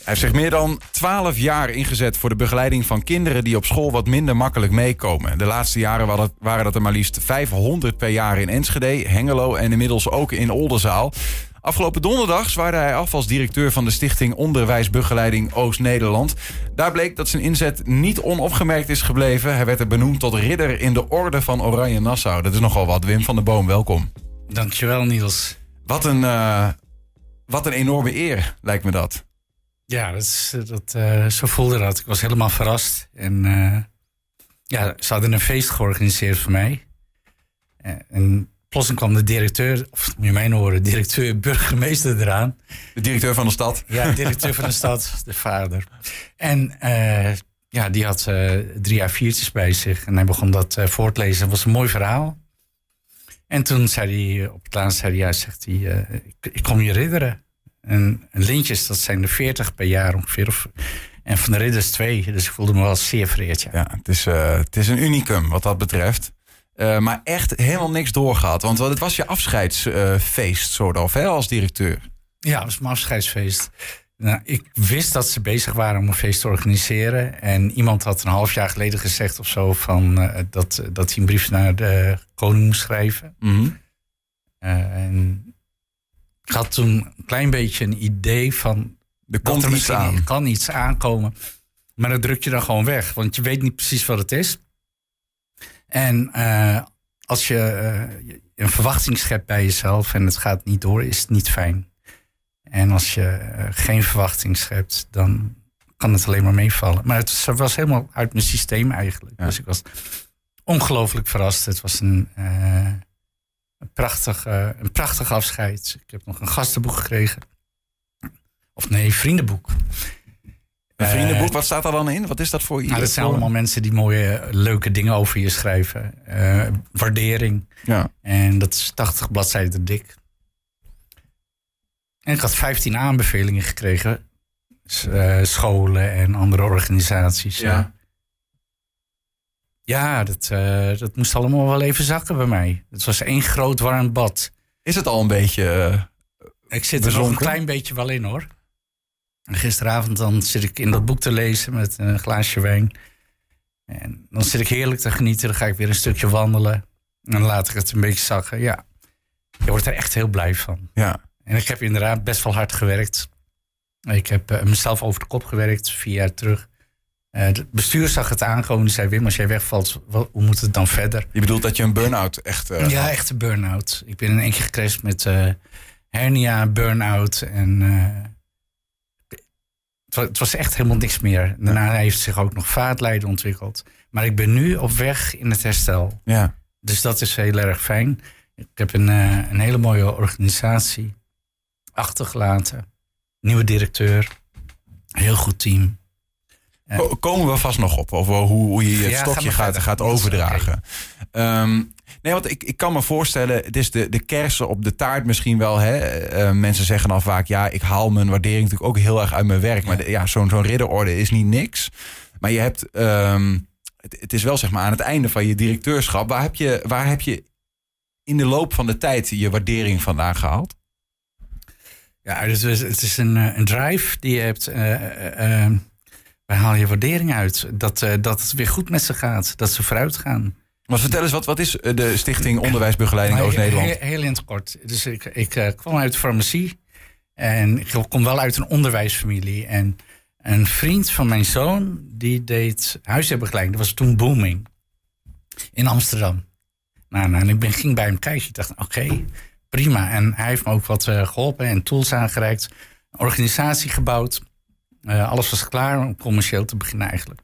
heeft zich meer dan 12 jaar ingezet voor de begeleiding van kinderen die op school wat minder makkelijk meekomen. De laatste jaren waren dat er maar liefst 500 per jaar in Enschede, Hengelo en inmiddels ook in Oldenzaal. Afgelopen donderdag zwaaide hij af als directeur van de Stichting Onderwijsbegeleiding Oost-Nederland. Daar bleek dat zijn inzet niet onopgemerkt is gebleven. Hij werd er benoemd tot ridder in de Orde van Oranje Nassau. Dat is nogal wat. Wim van der Boom, welkom. Dankjewel, Niels. Wat een enorme eer, lijkt me dat. Ja, zo voelde dat. Ik was helemaal verrast. En ze hadden een feest georganiseerd voor mij. En plotseling kwam de directeur, of moet je mij horen, directeur-burgemeester eraan. De directeur van de stad? Ja, directeur van de stad, de vader. En die had 3 A4'tjes bij zich. En hij begon dat voor te lezen. Het was een mooi verhaal. En toen zei hij, op het laatste zegt hij, ik kom je ridderen. En lintjes, dat zijn er 40 per jaar ongeveer. En van de ridders 2. Dus ik voelde me wel zeer vereerd. Ja, het is een unicum wat dat betreft. Maar echt helemaal niks doorgehad. Want het was je afscheidsfeest, soort of, hè, als directeur. Ja, het was mijn afscheidsfeest. Nou, ik wist dat ze bezig waren om een feest te organiseren. En iemand had een half jaar geleden gezegd of zo van dat hij een brief naar de koning moest schrijven. Mm-hmm. En ik had toen een klein beetje een idee van er kan iets aankomen. Maar dat druk je dan gewoon weg. Want je weet niet precies wat het is. En als je een verwachting schept bij jezelf en het gaat niet door, is het niet fijn. En als je geen verwachting schept, dan kan het alleen maar meevallen. Maar het was helemaal uit mijn systeem eigenlijk. Ja. Dus ik was ongelooflijk verrast. Het was een prachtig afscheid. Ik heb nog een gastenboek gekregen. Of nee, vriendenboek. Een vriendenboek, wat staat er dan in? Wat is dat voor je? Nou, dat zijn allemaal mensen die mooie, leuke dingen over je schrijven. Waardering. Ja. En dat is 80 bladzijden dik. En ik had 15 aanbevelingen gekregen. Scholen en andere organisaties. Ja, dat moest allemaal wel even zakken bij mij. Het was 1 groot warm bad. Is het al een beetje ik zit er nog een klein beetje wel in, hoor. En gisteravond dan zit ik in dat boek te lezen met een glaasje wijn. En dan zit ik heerlijk te genieten. Dan ga ik weer een stukje wandelen. En dan laat ik het een beetje zakken. Ja, je wordt er echt heel blij van. Ja. En ik heb inderdaad best wel hard gewerkt. Ik heb mezelf over de kop gewerkt, 4 jaar terug. Het bestuur zag het aankomen. Die zei, Wim, als jij wegvalt, hoe moet het dan verder? Je bedoelt dat je een burn-out echt... Ja, echt een burn-out. Ik ben in 1 keer gecrashed met hernia, burn-out. En het was echt helemaal niks meer. Daarna heeft zich ook nog vaatlijden ontwikkeld. Maar ik ben nu op weg in het herstel. Ja. Dus dat is heel erg fijn. Ik heb een hele mooie organisatie achtergelaten. Nieuwe directeur. Heel goed team. Komen we vast nog op over hoe je het stokje gaat overdragen. Okay. Want ik kan me voorstellen, het is de kersen op de taart misschien wel. Hè? Mensen zeggen dan vaak, ik haal mijn waardering natuurlijk ook heel erg uit mijn werk. Maar zo'n ridderorde is niet niks. Maar je hebt, het is wel zeg maar aan het einde van je directeurschap. Waar heb je in de loop van de tijd je waardering vandaan gehaald? Ja, het is een drive die je hebt. Waar haal je waardering uit? Dat het weer goed met ze gaat. Dat ze vooruit gaan. Maar vertel eens, wat is de Stichting Onderwijsbegeleiding Oost-Nederland? Heel in het kort. Dus ik kwam uit de farmacie. En ik kom wel uit een onderwijsfamilie. En een vriend van mijn zoon, die deed huisartsbegeleiding. Dat was toen booming. In Amsterdam. Nou, ik ging bij hem kijken. Ik dacht, oké, prima. En hij heeft me ook wat geholpen en tools aangereikt. Een organisatie gebouwd. Alles was klaar om commercieel te beginnen eigenlijk.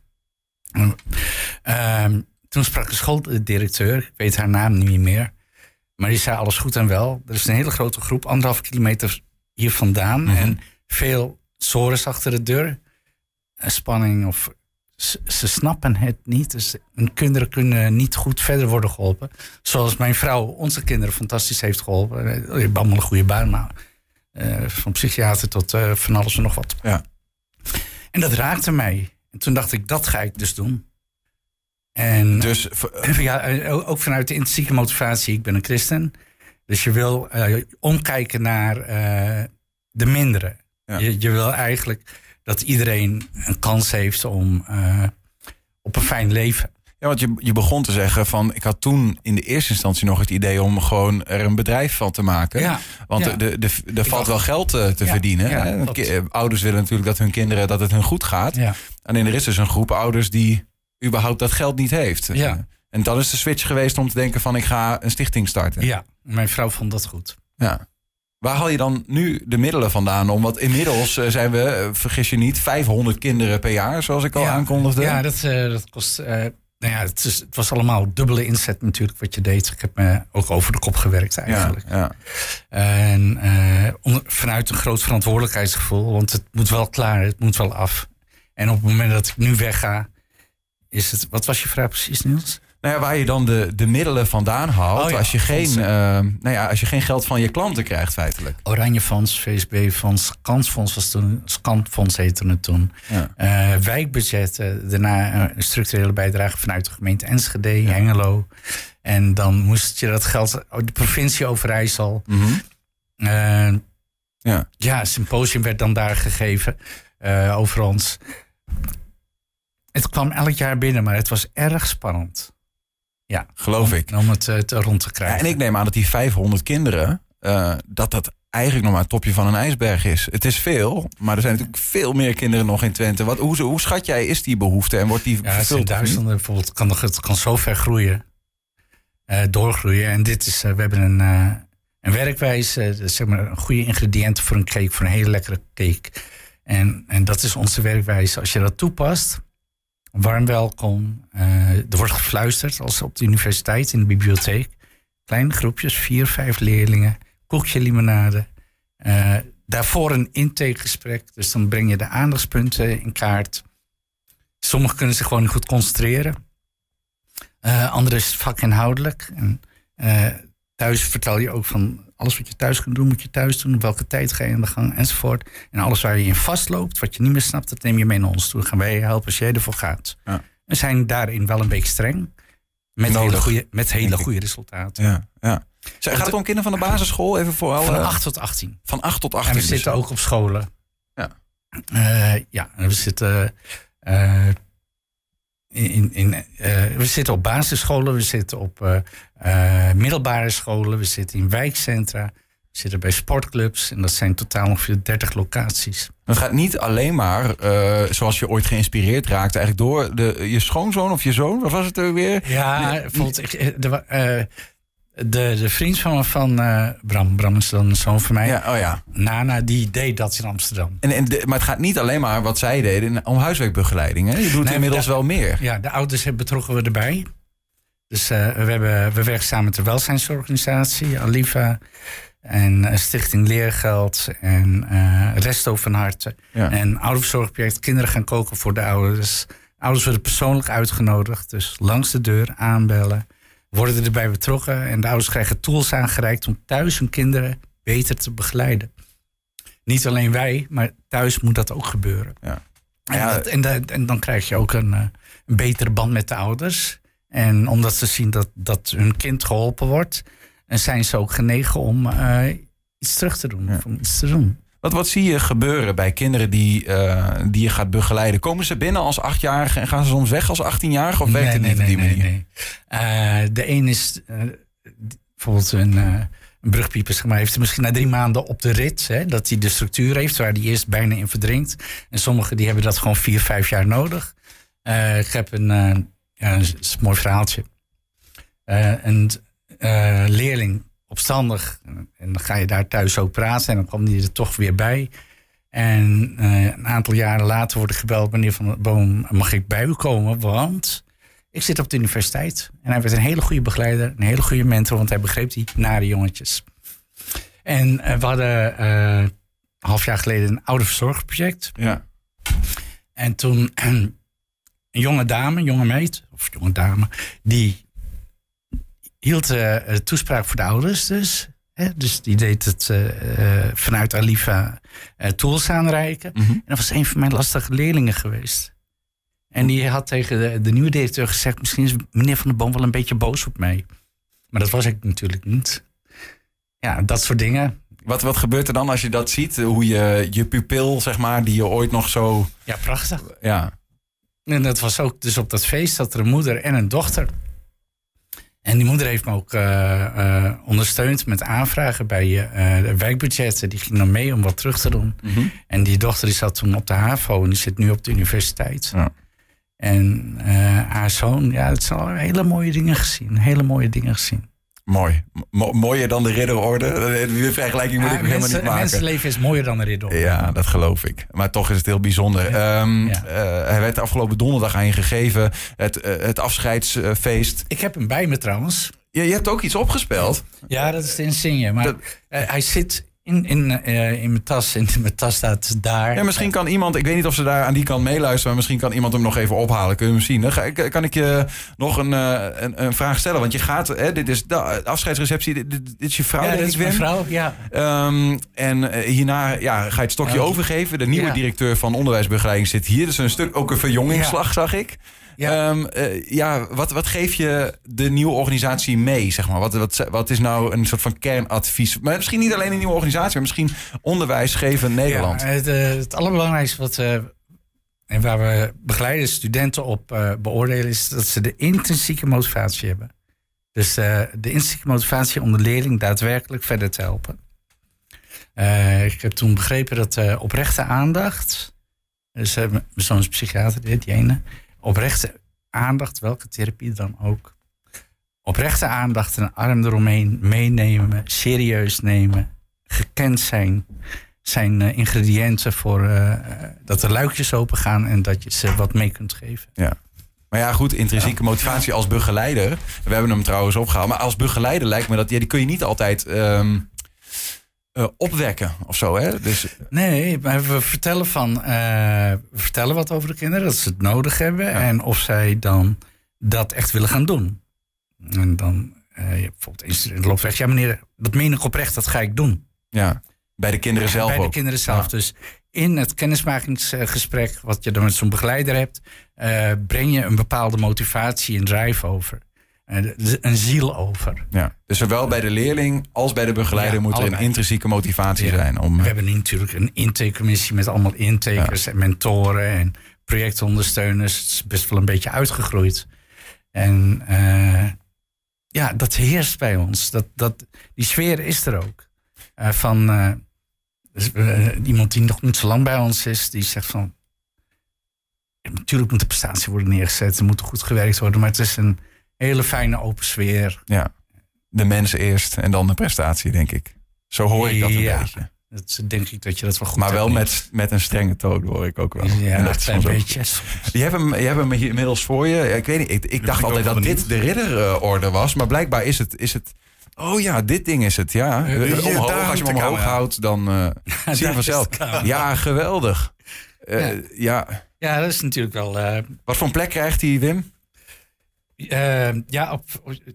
Toen sprak de schooldirecteur, ik weet haar naam niet meer. Maar die zei alles goed en wel. Er is een hele grote groep, 1,5 kilometer hier vandaan. Mm-hmm. En veel sores achter de deur. Spanning of ze snappen het niet. Dus hun kinderen kunnen niet goed verder worden geholpen. Zoals mijn vrouw onze kinderen fantastisch heeft geholpen. Je hebt allemaal een goede baan, maar van psychiater tot van alles en nog wat. Ja. En dat raakte mij. En toen dacht ik, dat ga ik dus doen. En dus, ook vanuit de intrinsieke motivatie. Ik ben een christen. Dus je wil omkijken naar de minderen. Ja. Je wil eigenlijk dat iedereen een kans heeft om op een fijn leven. Ja, want je begon te zeggen van... ik had toen in de eerste instantie nog het idee... om gewoon er een bedrijf van te maken. Ja, want er valt wel geld te verdienen. Ja, ouders willen natuurlijk dat hun kinderen... dat het hun goed gaat. Ja. Alleen er is dus een groep ouders... die überhaupt dat geld niet heeft. Ja. En dat is de switch geweest om te denken van... ik ga een stichting starten. Ja, mijn vrouw vond dat goed. Ja. Waar haal je dan nu de middelen vandaan om? Want inmiddels zijn we, vergis je niet... 500 kinderen per jaar, zoals ik al aankondigde. Ja, dat kost... het was allemaal dubbele inzet natuurlijk wat je deed. Ik heb me ook over de kop gewerkt eigenlijk. Ja. En vanuit een groot verantwoordelijkheidsgevoel. Want het moet wel klaar, het moet wel af. En op het moment dat ik nu wegga, is het... Wat was je vraag precies, Niels? Nou ja, waar je dan de middelen vandaan haalt... als je geen geld van je klanten krijgt feitelijk. Oranje Fonds, VSB Fonds, Kansfonds was toen... Scanfonds heette het toen. Ja. Wijkbudgetten, daarna een structurele bijdrage... vanuit de gemeente Enschede, Hengelo. En dan moest je dat geld... de provincie Overijssel. Mm-hmm. Symposium werd dan daar gegeven over ons. Het kwam elk jaar binnen, maar het was erg spannend. Ja, geloof ik. Om het rond te krijgen. Ja, en ik neem aan dat die 500 kinderen... dat eigenlijk nog maar het topje van een ijsberg is. Het is veel, maar er zijn natuurlijk veel meer kinderen nog in Twente. Hoe schat jij, is die behoefte en wordt die vervuld? In Duitsland bijvoorbeeld het kan zo ver groeien. Doorgroeien. En dit is, we hebben een werkwijze, zeg maar een goede ingrediënten voor een cake, voor een hele lekkere cake. En dat is onze werkwijze. Als je dat toepast... Warm welkom. Er wordt gefluisterd als op de universiteit in de bibliotheek. Kleine groepjes, 4, 5 leerlingen. Koekje, limonade. Daarvoor een intakegesprek. Dus dan breng je de aandachtspunten in kaart. Sommigen kunnen zich gewoon niet goed concentreren. Anderen is vakinhoudelijk. En thuis vertel je ook van... alles wat je thuis kunt doen, moet je thuis doen. Op welke tijd ga je aan de gang, enzovoort. En alles waar je in vastloopt, wat je niet meer snapt... dat neem je mee naar ons toe. Dan gaan wij je helpen als jij ervoor gaat. Ja. We zijn daarin wel een beetje streng. Met hele goede resultaten. Ja. Gaat het om kinderen van de basisschool? Even voor van 8 tot 18. Van 8 tot 18. En we zitten ook op scholen. Ja. We zitten... we zitten op basisscholen, we zitten op middelbare scholen, we zitten in wijkcentra, we zitten bij sportclubs en dat zijn totaal ongeveer 30 locaties. Het gaat niet alleen maar, zoals je ooit geïnspireerd raakte, eigenlijk door je schoonzoon of je zoon, wat was het er weer? Ja, bijvoorbeeld de vriend van Bram is dan een zoon van mij. Ja. Nana, die deed dat in Amsterdam. Maar het gaat niet alleen maar wat zij deden om huiswerkbegeleiding. Hè? Je doet inmiddels wel meer. Ja, de ouders betrokken we erbij. Dus we werken samen met de welzijnsorganisatie, Aliva... en Stichting Leergeld en Resto van Harte. Ja. En ouderverzorgproject Kinderen gaan koken voor de ouders. Ouders worden persoonlijk uitgenodigd. Dus langs de deur aanbellen. Worden erbij betrokken en de ouders krijgen tools aangereikt om thuis hun kinderen beter te begeleiden. Niet alleen wij, maar thuis moet dat ook gebeuren. Ja. En dan krijg je ook een betere band met de ouders. En omdat ze zien dat hun kind geholpen wordt, en zijn ze ook genegen om iets terug te doen. Om iets te doen. Wat zie je gebeuren bij kinderen die je gaat begeleiden? Komen ze binnen als 8-jarige en gaan ze soms weg als 18-jarige? Of werkt het niet op die manier? Nee. De een is bijvoorbeeld een brugpieper, zeg maar, heeft er misschien na 3 maanden op de rit. Hè, dat hij de structuur heeft waar hij eerst bijna in verdrinkt. En sommigen die hebben dat gewoon 4-5 jaar nodig. Ik heb een mooi verhaaltje. Een leerling opstandig. En dan ga je daar thuis ook praten. En dan kwam die er toch weer bij. En een aantal jaren later word ik gebeld: meneer Van der Boom, mag ik bij u komen? Want ik zit op de universiteit. En hij werd een hele goede begeleider. Een hele goede mentor. Want hij begreep die nare jongetjes. En we hadden een half jaar geleden een ouderverzorgproject. Ja. En toen een jonge meid, die hield toespraak voor de ouders dus. Hè? Dus die deed het vanuit Aliva tools aanreiken. Mm-hmm. En dat was een van mijn lastige leerlingen geweest. En die had tegen de nieuwe directeur gezegd: misschien is meneer Van der Boom wel een beetje boos op mij. Maar dat was ik natuurlijk niet. Ja, dat soort dingen. Wat gebeurt er dan als je dat ziet? Hoe je pupil, zeg maar, die je ooit nog zo... Ja, prachtig. Ja. En dat was ook dus op dat feest dat er een moeder en een dochter. En die moeder heeft me ook ondersteund met aanvragen bij de wijkbudgetten. Die ging dan mee om wat terug te doen. Mm-hmm. En die dochter die zat toen op de HAVO en die zit nu op de universiteit. Ja. En haar zoon, het zijn al hele mooie dingen gezien. Mooi. Mooier dan de ridderorde. Die vergelijking moet ik helemaal niet maken. Mensenleven is mooier dan een ridderorde. Ja, dat geloof ik. Maar toch is het heel bijzonder. Hij werd afgelopen donderdag aan je gegeven. Het afscheidsfeest. Ik heb hem bij me trouwens. Ja, je hebt ook iets opgespeeld. Ja, dat is de insigne. Maar hij zit in mijn tas. En mijn tas staat daar. Ja, misschien kan iemand... Ik weet niet of ze daar aan die kant meeluisteren... maar misschien kan iemand hem nog even ophalen. Kun je hem zien? Dan kan ik je nog een vraag stellen? Want je gaat... dit is de afscheidsreceptie. Dit is je vrouw, ja, denk dit ik, is mijn vrouw, ja. En hierna ga je het stokje overgeven. De nieuwe directeur van onderwijsbegeleiding zit hier. Dus een stuk ook een verjongingsslag, zag ik. Ja. Wat geef je de nieuwe organisatie mee, zeg maar? Wat is nou een soort van kernadvies? Maar misschien niet alleen een nieuwe organisatie, maar misschien onderwijs geven in Nederland. Ja, het allerbelangrijkste en waar we begeleide studenten op beoordelen, is dat ze de intrinsieke motivatie hebben. Dus de intrinsieke motivatie om de leerling daadwerkelijk verder te helpen. Ik heb toen begrepen dat oprechte aandacht, dus mijn zoon is psychiater, die ene. Oprechte aandacht, welke therapie dan ook. Oprechte aandacht en een arm eromheen meenemen, serieus nemen, gekend zijn ingrediënten voor dat de luikjes open gaan en dat je ze wat mee kunt geven. Ja. Maar ja, goed, intrinsieke motivatie als begeleider. We hebben hem trouwens opgehaald. Maar als begeleider lijkt me dat die kun je niet altijd opwekken of zo, hè? Dus... Nee, maar we vertellen wat over de kinderen, dat ze het nodig hebben en of zij dan dat echt willen gaan doen. En dan bijvoorbeeld een student loopt weg. Ja, meneer, dat meen ik oprecht, dat ga ik doen. Ja, bij de kinderen zelf ook. Bij de kinderen zelf. Ja. Dus in het kennismakingsgesprek wat je dan met zo'n begeleider hebt, breng je een bepaalde motivatie en drive over. Een ziel over. Ja, dus zowel bij de leerling als bij de begeleider moet er een intrinsieke motivatie zijn. We hebben nu natuurlijk een intakecommissie met allemaal intakers en mentoren en projectondersteuners. Het is best wel een beetje uitgegroeid. En dat heerst bij ons. Die sfeer is er ook. Iemand die nog niet zo lang bij ons is, die zegt van... Natuurlijk moet de prestatie worden neergezet, er moet goed gewerkt worden, maar het is een hele fijne open sfeer. Ja, de mensen eerst en dan de prestatie, denk ik. Zo hoor ik dat een beetje. Dat denk ik dat je dat wel goed maar wel met een strenge toon, hoor ik ook wel. Ja, dat is een beetje. Je hebt hem hier inmiddels voor je. Ik weet niet, ik dacht altijd dat dit de ridderorde was, maar blijkbaar is het... Oh ja, dit ding is het, ja. Omhoog, als je hem omhoog houdt, dan zie je vanzelf. Ja, geweldig. Ja, dat is natuurlijk wel... Wat voor een plek krijgt hij, Wim? Op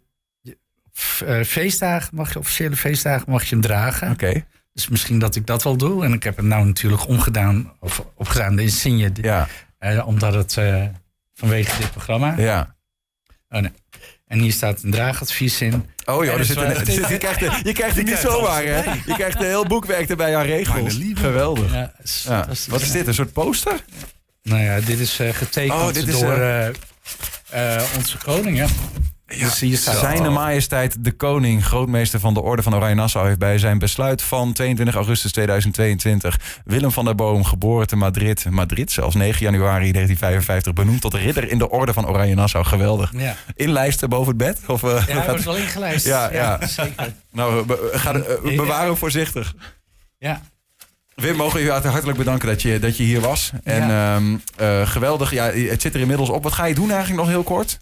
feestdagen officiële feestdagen mag je hem dragen. Oké. Dus misschien dat ik dat wel doe. En ik heb hem nou natuurlijk opgedaan, de insigne. Omdat het vanwege dit programma. Ja. Oh, nee. En hier staat een draagadvies in. Oh joh, je krijgt het niet zomaar, hè? Je krijgt een heel boekwerk erbij aan regels. Geweldig. Ja. Wat is dit, een soort poster? Nou ja, dit is getekend door onze koning, hè? Ja, dus Zijne Majesteit de Koning, grootmeester van de Orde van Oranje-Nassau, heeft bij zijn besluit van 22 augustus 2022 Willem van der Boom, geboren te Madrid, zelfs 9 januari 1955, benoemd tot ridder in de Orde van Oranje-Nassau. Geweldig. Ja. Inlijsten boven het bed? Of, hij wordt wel ingelijst. Ja, zeker. Nou, bewaar hem voorzichtig. Ja. Wim, mogen je hartelijk bedanken dat je hier was. En geweldig. Ja, het zit er inmiddels op. Wat ga je doen eigenlijk nog heel kort?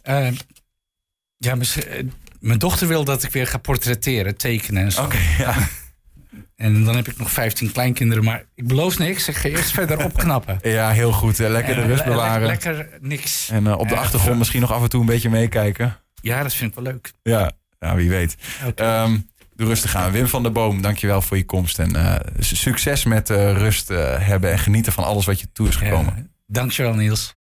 Mijn dochter wil dat ik weer ga portretteren, tekenen en zo. Oké, ja. En dan heb ik nog 15 kleinkinderen, maar ik beloof niks. Ik ga eerst verder opknappen. Ja, heel goed. Lekker de rust bewaren. Lekker niks. En op de achtergrond misschien nog af en toe een beetje meekijken. Ja, dat vind ik wel leuk. Ja, wie weet. Okay. De rustig aan. Wim van der Boom, dankjewel voor je komst. En succes met rust hebben en genieten van alles wat je toe is gekomen. Dankjewel, Niels.